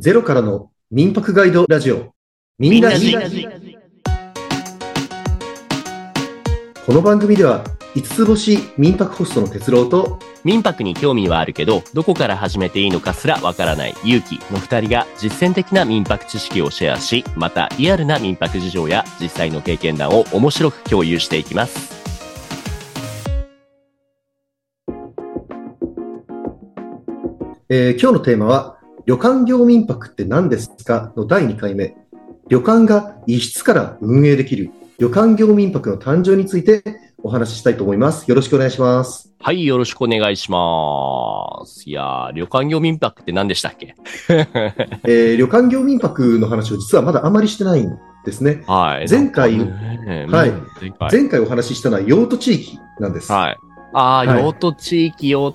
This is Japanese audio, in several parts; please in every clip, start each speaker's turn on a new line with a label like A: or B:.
A: ゼロからの民泊ガイドラジオ、みんなじ。この番組では、5つ星民泊ホストの哲郎と、
B: 民泊に興味はあるけど、どこから始めていいのかすらわからない勇気の2人が実践的な民泊知識をシェアし、またリアルな民泊事情や実際の経験談を面白く共有していきます。
A: 今日のテーマは、旅館業民泊って何ですかの第2回目。旅館が一室から運営できる旅館業民泊の誕生についてお話ししたいと思います。よろしくお願いします。
B: はい、よろしくお願いします。いやー、旅館業民泊って何でしたっけ？
A: 旅館業民泊の話を実はまだあまりしてないんですね。
B: はい。
A: 前回お話ししたのは用途地域なんです。
B: はい。用途地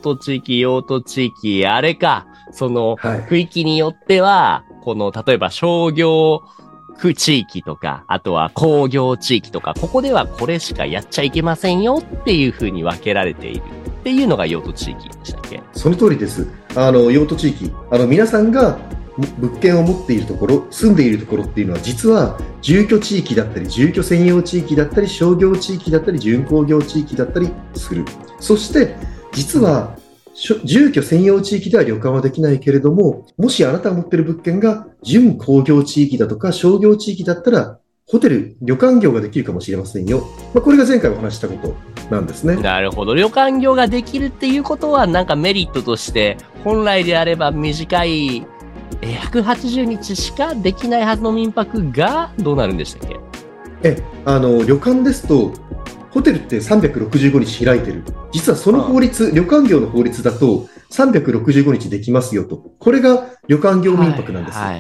B: 域、あれか。その、区域によっては、例えば商業区地域とか、あとは工業地域とか、ここではこれしかやっちゃいけませんよっていう風に分けられているっていうのが用途地域でしたっけ？
A: その通りです。用途地域。皆さんが物件を持っているところ、住んでいるところっていうのは、実は住居地域だったり、住居専用地域だったり、商業地域だったり、準工業地域だったりする。そして、実は、住居専用地域では旅館はできないけれども、もしあなたが持っている物件が準工業地域だとか商業地域だったら、ホテル、旅館業ができるかもしれませんよ。これが前回お話したことなんですね。
B: なるほど。旅館業ができるっていうことは、なんかメリットとして、本来であれば短い180日しかできないはずの民泊がどうなるんでしたっけ？
A: 旅館ですと、ホテルって365日開いてる。実はその法律、旅館業の法律だと365日できますよと。これが旅館業民泊なんですよ。
B: はい。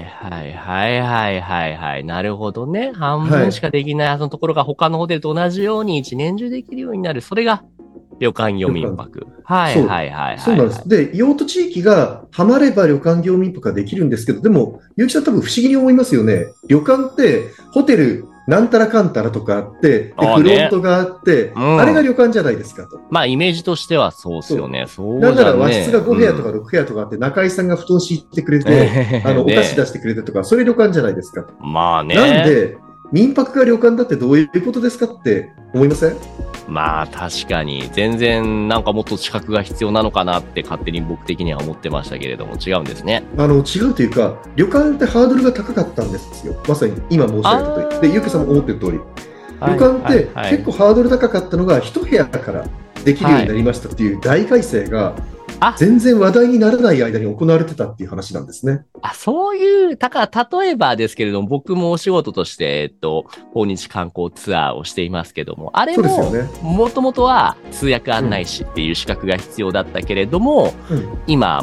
B: なるほどね。半分しかできないはずのところが他のホテルと同じように一年中できるようになる。それが旅館業民泊。
A: そうなんです。で、用途地域がはまれば旅館業民泊ができるんですけど、でも、結城さん多分不思議に思いますよね。旅館ってホテルなんたらかんたらとかあって、でフロントがあって、あれが旅館じゃないですかと。
B: まあ、イメージとしてはそうですよね。
A: だから和室が5部屋とか6部屋とかあって、中居さんが布団敷いてくれて、お菓子出してくれてとか、それ旅館じゃないですかと。
B: まあね。
A: なんで、民泊が旅館だってどういうことですかって思いません？
B: まあ確かに全然なんかもっと資格が必要なのかなって勝手に僕的には思ってましたけれども違うんですね。
A: 違うというか旅館ってハードルが高かったんですよ。まさに今申し上げたとおりで、ゆうきさんも思ってる通り、旅館って結構ハードル高かったのが一部屋からできるようになりましたっていう大改正が全然話題にならない間に行われてたっていう話なんですね。
B: そういう、例えばですけれども、僕もお仕事として、訪日観光ツアーをしていますけども、あれも、もともとは通訳案内士っていう資格が必要だったけれども、今は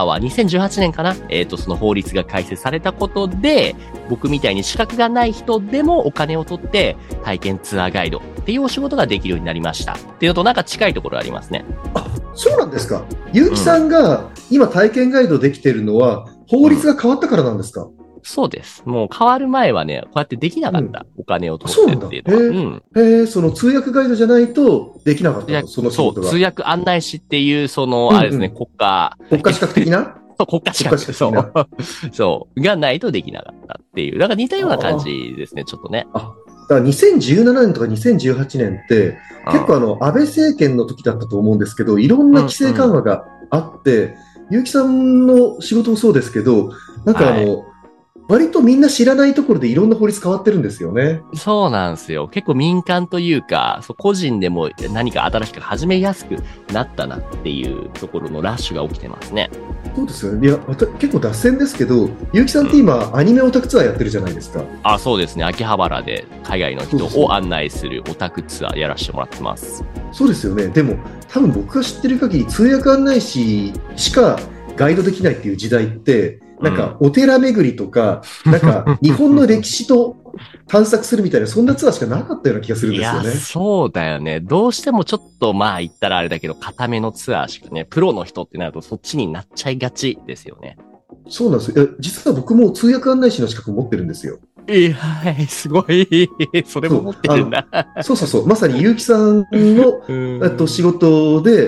B: 2018年かな、その法律が改正されたことで、僕みたいに資格がない人でもお金を取って体験ツアーガイドっていうお仕事ができるようになりました。っていうのとなんか近いところありますね。
A: そうなんですか。結城さんが今体験ガイドできているのは、法律が変わったからなんですか？
B: そうです。もう変わる前はね、こうやってできなかった。お金を取ってっていうの
A: は。その通訳ガイドじゃないとできなかったの？その仕事が。
B: そう、通訳案内士っていう、あれですね、国家
A: 資格的な
B: そう、国家資格。そう。がないとできなかったっていう。だから似たような感じですね、ちょっとね。
A: だから2017年とか2018年って結構安倍政権の時だったと思うんですけど、いろんな規制緩和があって、結城さんの仕事もそうですけど、なんか割とみんな知らないところでいろんな法律変わってるんですよね。
B: そうなんですよ。結構民間というか、個人でも何か新しく始めやすくなったなっていうところのラッシュが起きてますね。
A: そうですよね。いや、結構脱線ですけど、結城さんって今、アニメオタクツアーやってるじゃないですか。
B: そうですね。秋葉原で海外の人を案内するオタクツアーやらせてもらってます。
A: そうですよね。でも、多分僕が知ってる限り、通訳案内士しかガイドできないっていう時代って、なんかお寺巡りとか、なんか日本の歴史と探索するみたいな、そんなツアーしかなかったような気がするんですよね。
B: いや、そうだよね。どうしてもちょっと言ったらあれだけど、固めのツアーしかね、プロの人ってなるとそっちになっちゃいがちですよね。
A: そうなんですよ。実は僕も通訳案内士の資格を持ってるんですよ。
B: はい、すごい。それも持ってるんだ。
A: そう。まさに結城さんの仕事で、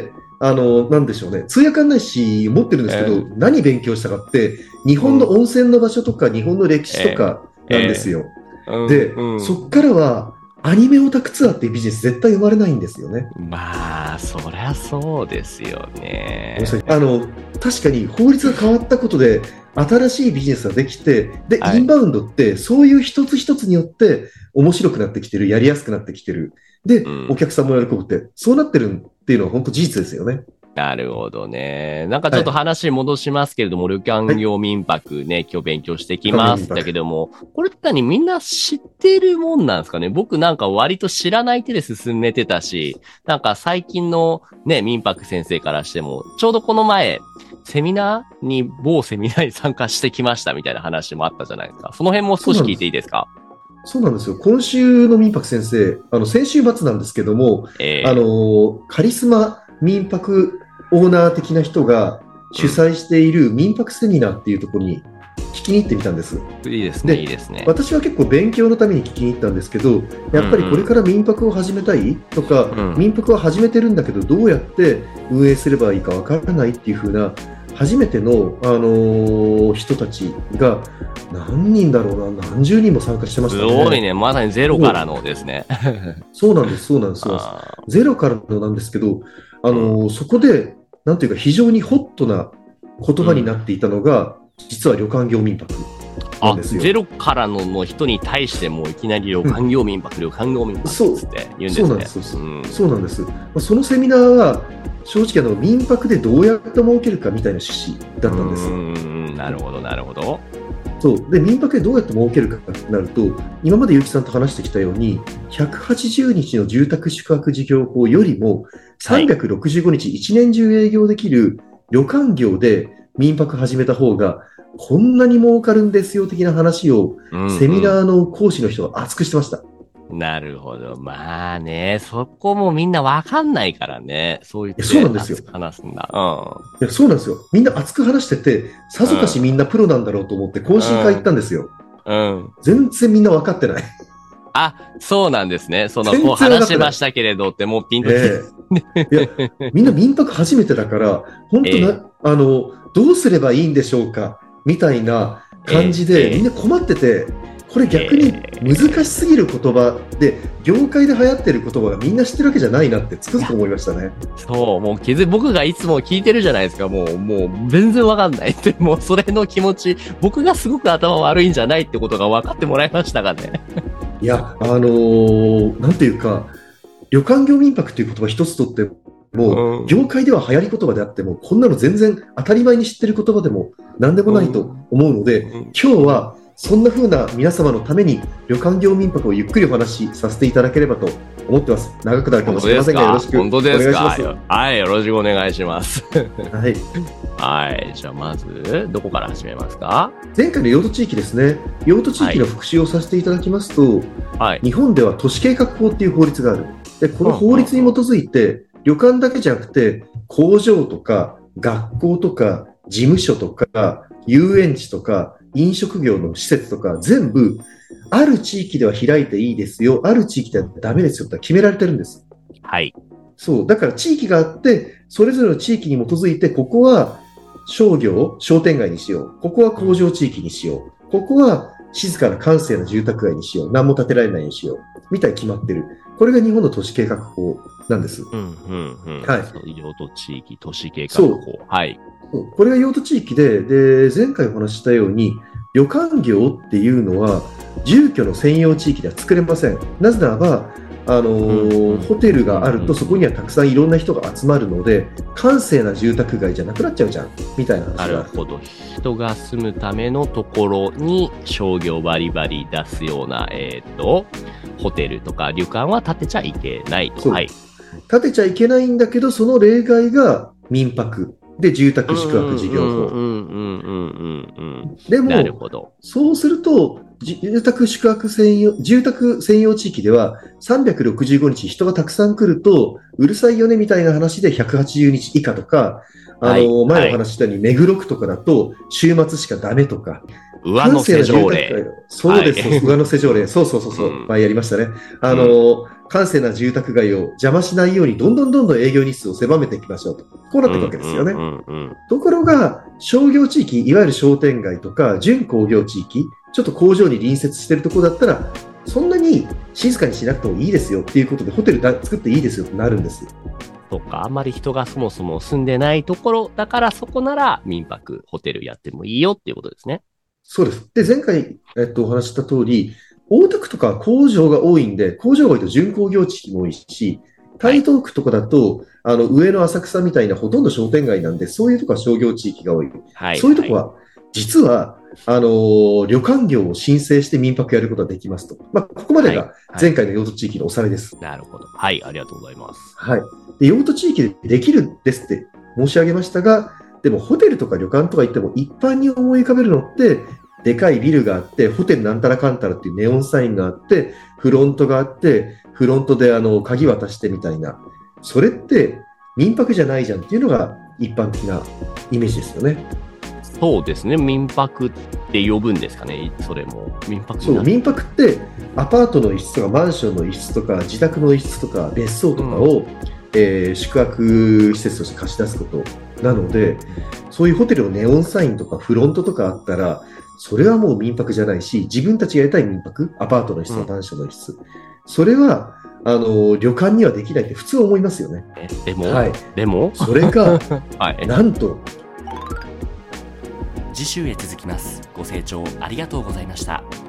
A: なんでしょうね、通訳案内士持ってるんですけど、何勉強したかって、日本の温泉の場所とか、日本の歴史とかなんですよ。で、そっからは、アニメオタクツアーっていうビジネス絶対生まれないんですよね。
B: まあ、そりゃそうですよね。
A: 確かに法律が変わったことで、新しいビジネスができて、で、インバウンドってそういう一つ一つによって面白くなってきてる、やりやすくなってきてる。で、お客さんも喜ぶって、そうなってるっていうのは本当事実ですよね。
B: なるほどね。なんかちょっと話戻しますけれども、旅館業民泊ね、今日勉強してきますだけども、これってみんな知ってるもんなんですかね。僕なんか割と知らない手で進めてたし、なんか最近のね、民泊先生からしても、ちょうどこの前、某セミナーに参加してきましたみたいな話もあったじゃないですか。その辺も少し聞いていいですか？
A: そうなんですよ。今週の民泊先生、先週末なんですけども、カリスマ民泊オーナー的な人が主催している民泊セミナーっていうところに聞きに行ってみたんです。
B: いいですね、いいですね。
A: 私は結構勉強のために聞きに行ったんですけど、やっぱりこれから民泊を始めたいとか、民泊は始めてるんだけど、どうやって運営すればいいかわからないっていう風な、初めての、人たちが何人だろうな、何十人も参加してましたね。
B: すごいね、まさにゼロからのですね。
A: そうなんです、そうなんです。ゼロからのなんですけど、そこで、なんていうか非常にホットな言葉になっていたのが、実は旅館業民泊なんですよ。
B: ゼロからの人に対してもいきなり旅館業民泊、旅館業民泊って言うんですね。
A: そうなんです。そうなんです。そのセミナーは、正直民泊でどうやって儲けるかみたいな趣旨だったんです。
B: なるほど、なるほど。
A: そうで、民泊でどうやって儲けるかとなると、今まで結城さんと話してきたように、180日の住宅宿泊事業法よりも、365日1年中営業できる旅館業で民泊始めた方が、こんなに儲かるんですよ的な話を、セミナーの講師の人は熱くしてました。
B: なるほど。まあね、そこもみんなわかんないからね。そう言って
A: そうなんですよ。
B: 話すんだ。
A: いや、そうなんですよ。みんな熱く話してて、さぞかしみんなプロなんだろうと思って懇親会行ったんですよ。全然みんな分かってない。
B: あ、そうなんですね。こう話しましたけれどってもうピンときて、
A: いや、みんな民泊初めてだから、本当どうすればいいんでしょうかみたいな感じで、みんな困ってて、これ逆に難しすぎる言葉で、業界で流行ってる言葉がみんな知ってるわけじゃないなってつくづく思いましたね。
B: そう、もう僕がいつも聞いてるじゃないですか。もう全然わかんないって、もうそれの気持ち、僕がすごく頭悪いんじゃないってことが分かってもらいましたがね。
A: いや、なんていうか、旅館業民泊っていう言葉一つとっても、業界では流行り言葉であっても、こんなの全然当たり前に知ってる言葉でも何でもないと思うので、今日はそんな風な皆様のために旅館業民泊をゆっくりお話しさせていただければと思ってます。長くなるかもしれませんが、よろしくお願いします。
B: 本当ですか？はい、よろしくお願いします。
A: はい。
B: はい。じゃあまず、どこから始めますか？
A: 前回の用途地域ですね。用途地域の復習をさせていただきますと、日本では都市計画法っていう法律がある。で、この法律に基づいて、旅館だけじゃなくて、工場とか学校とか事務所とか遊園地とか飲食業の施設とか全部ある地域では開いていいですよ、ある地域ではダメですよって決められてるんです。
B: はい。
A: そう。だから地域があって、それぞれの地域に基づいて、ここは商店街にしよう。ここは工場地域にしよう。ここは静かな閑静な住宅街にしよう。何も建てられないようにしよう。みたいに決まってる。これが日本の都市計画法なんです。
B: はい。用途地域、都市計画法。はい。
A: これが用途地域で、前回お話ししたように、旅館業っていうのは、住居の専用地域では作れません。なぜならば、ホテルがあるとそこにはたくさんいろんな人が集まるので、閑静な住宅街じゃなくなっちゃうじゃん、みたいな話がある。
B: なるほど。人が住むためのところに商業バリバリ出すような、ホテルとか旅館は建てちゃいけないと。はい。
A: 建てちゃいけないんだけど、その例外が民泊。で、住宅宿泊事業法。でも、
B: なるほど。
A: そうすると、住宅専用地域では365日人がたくさん来ると、うるさいよねみたいな話で180日以下とか、前お話ししたように目黒区とかだと週末しかダメとか。
B: 上乗せ条例。
A: そうです、上乗せ条例。そう。前やりましたね。 閑静な住宅街を邪魔しないようにどんどん営業日数を狭めていきましょうと。こうなっていくわけですよね。ところが、商業地域、いわゆる商店街とか、準工業地域、ちょっと工場に隣接しているところだったら、そんなに静かにしなくてもいいですよっていうことで、ホテル作っていいですよってなるんですよ。
B: とか、あんまり人がそもそも住んでないところだから、そこなら民泊、ホテルやってもいいよっていうことですね。
A: そうです。で、前回、お話しした通り、大田区とか工場が多いんで、工場が多いと準工業地域も多いし、台東区とかだと、上野浅草みたいなほとんど商店街なんで、そういうとこは商業地域が多い。そういうとこは、実は、旅館業を申請して民泊やることができますと。ここまでが前回の用途地域のおさらいです。
B: なるほど。はい、ありがとうございます。
A: はい。で、用途地域でできるですって申し上げましたが、でもホテルとか旅館とか行っても一般に思い浮かべるのって、でかいビルがあって、ホテルなんたらかんたらっていうネオンサインがあって、フロントがあって、フロントで鍵渡してみたいな。それって民泊じゃないじゃんっていうのが一般的なイメージですよね。
B: そうですね。民泊って呼ぶんですかね。それも。民泊
A: そう、民泊ってアパートの一室とかマンションの一室とか自宅の一室とか別荘とかを、宿泊施設として貸し出すことなので、そういうホテルのネオンサインとかフロントとかあったら、それはもう民泊じゃないし、自分たちがやりたい民泊、アパートの一室、マンションの一室、それは旅館にはできないって普通思いますよね。
B: でも、
A: はい、
B: でも
A: それが、
B: はい、
A: なんと
B: 次週へ続きます。ご清聴ありがとうございました。